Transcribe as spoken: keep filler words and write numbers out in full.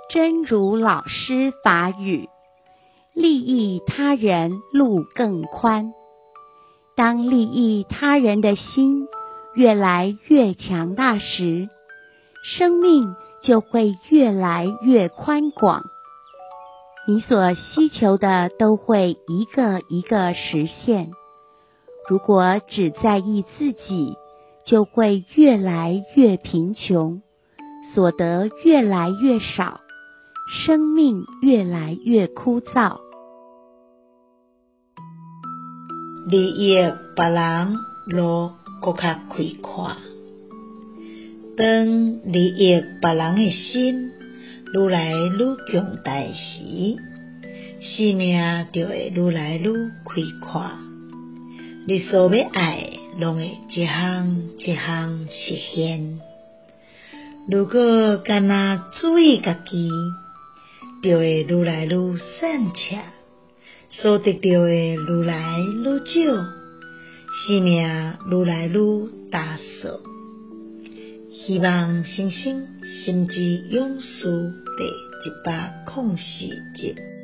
真如老师法语，利益他人路更宽。当利益他人的心越来越强大时，生命就会越来越宽广，你所希求的都会一个一个实现。如果只在意自己，就会越来越贫穷，所得越来越少，生命越来越枯燥。 利益别人路更较开阔。当利益别人的心愈来愈强大时，生命就会愈来愈开阔。你所要爱的，拢会一项一项实现。如果干那注意家己，就会愈来愈散彻，所得到的愈来愈少，生命愈来愈打扫。希望新生心之勇士第一百零四集。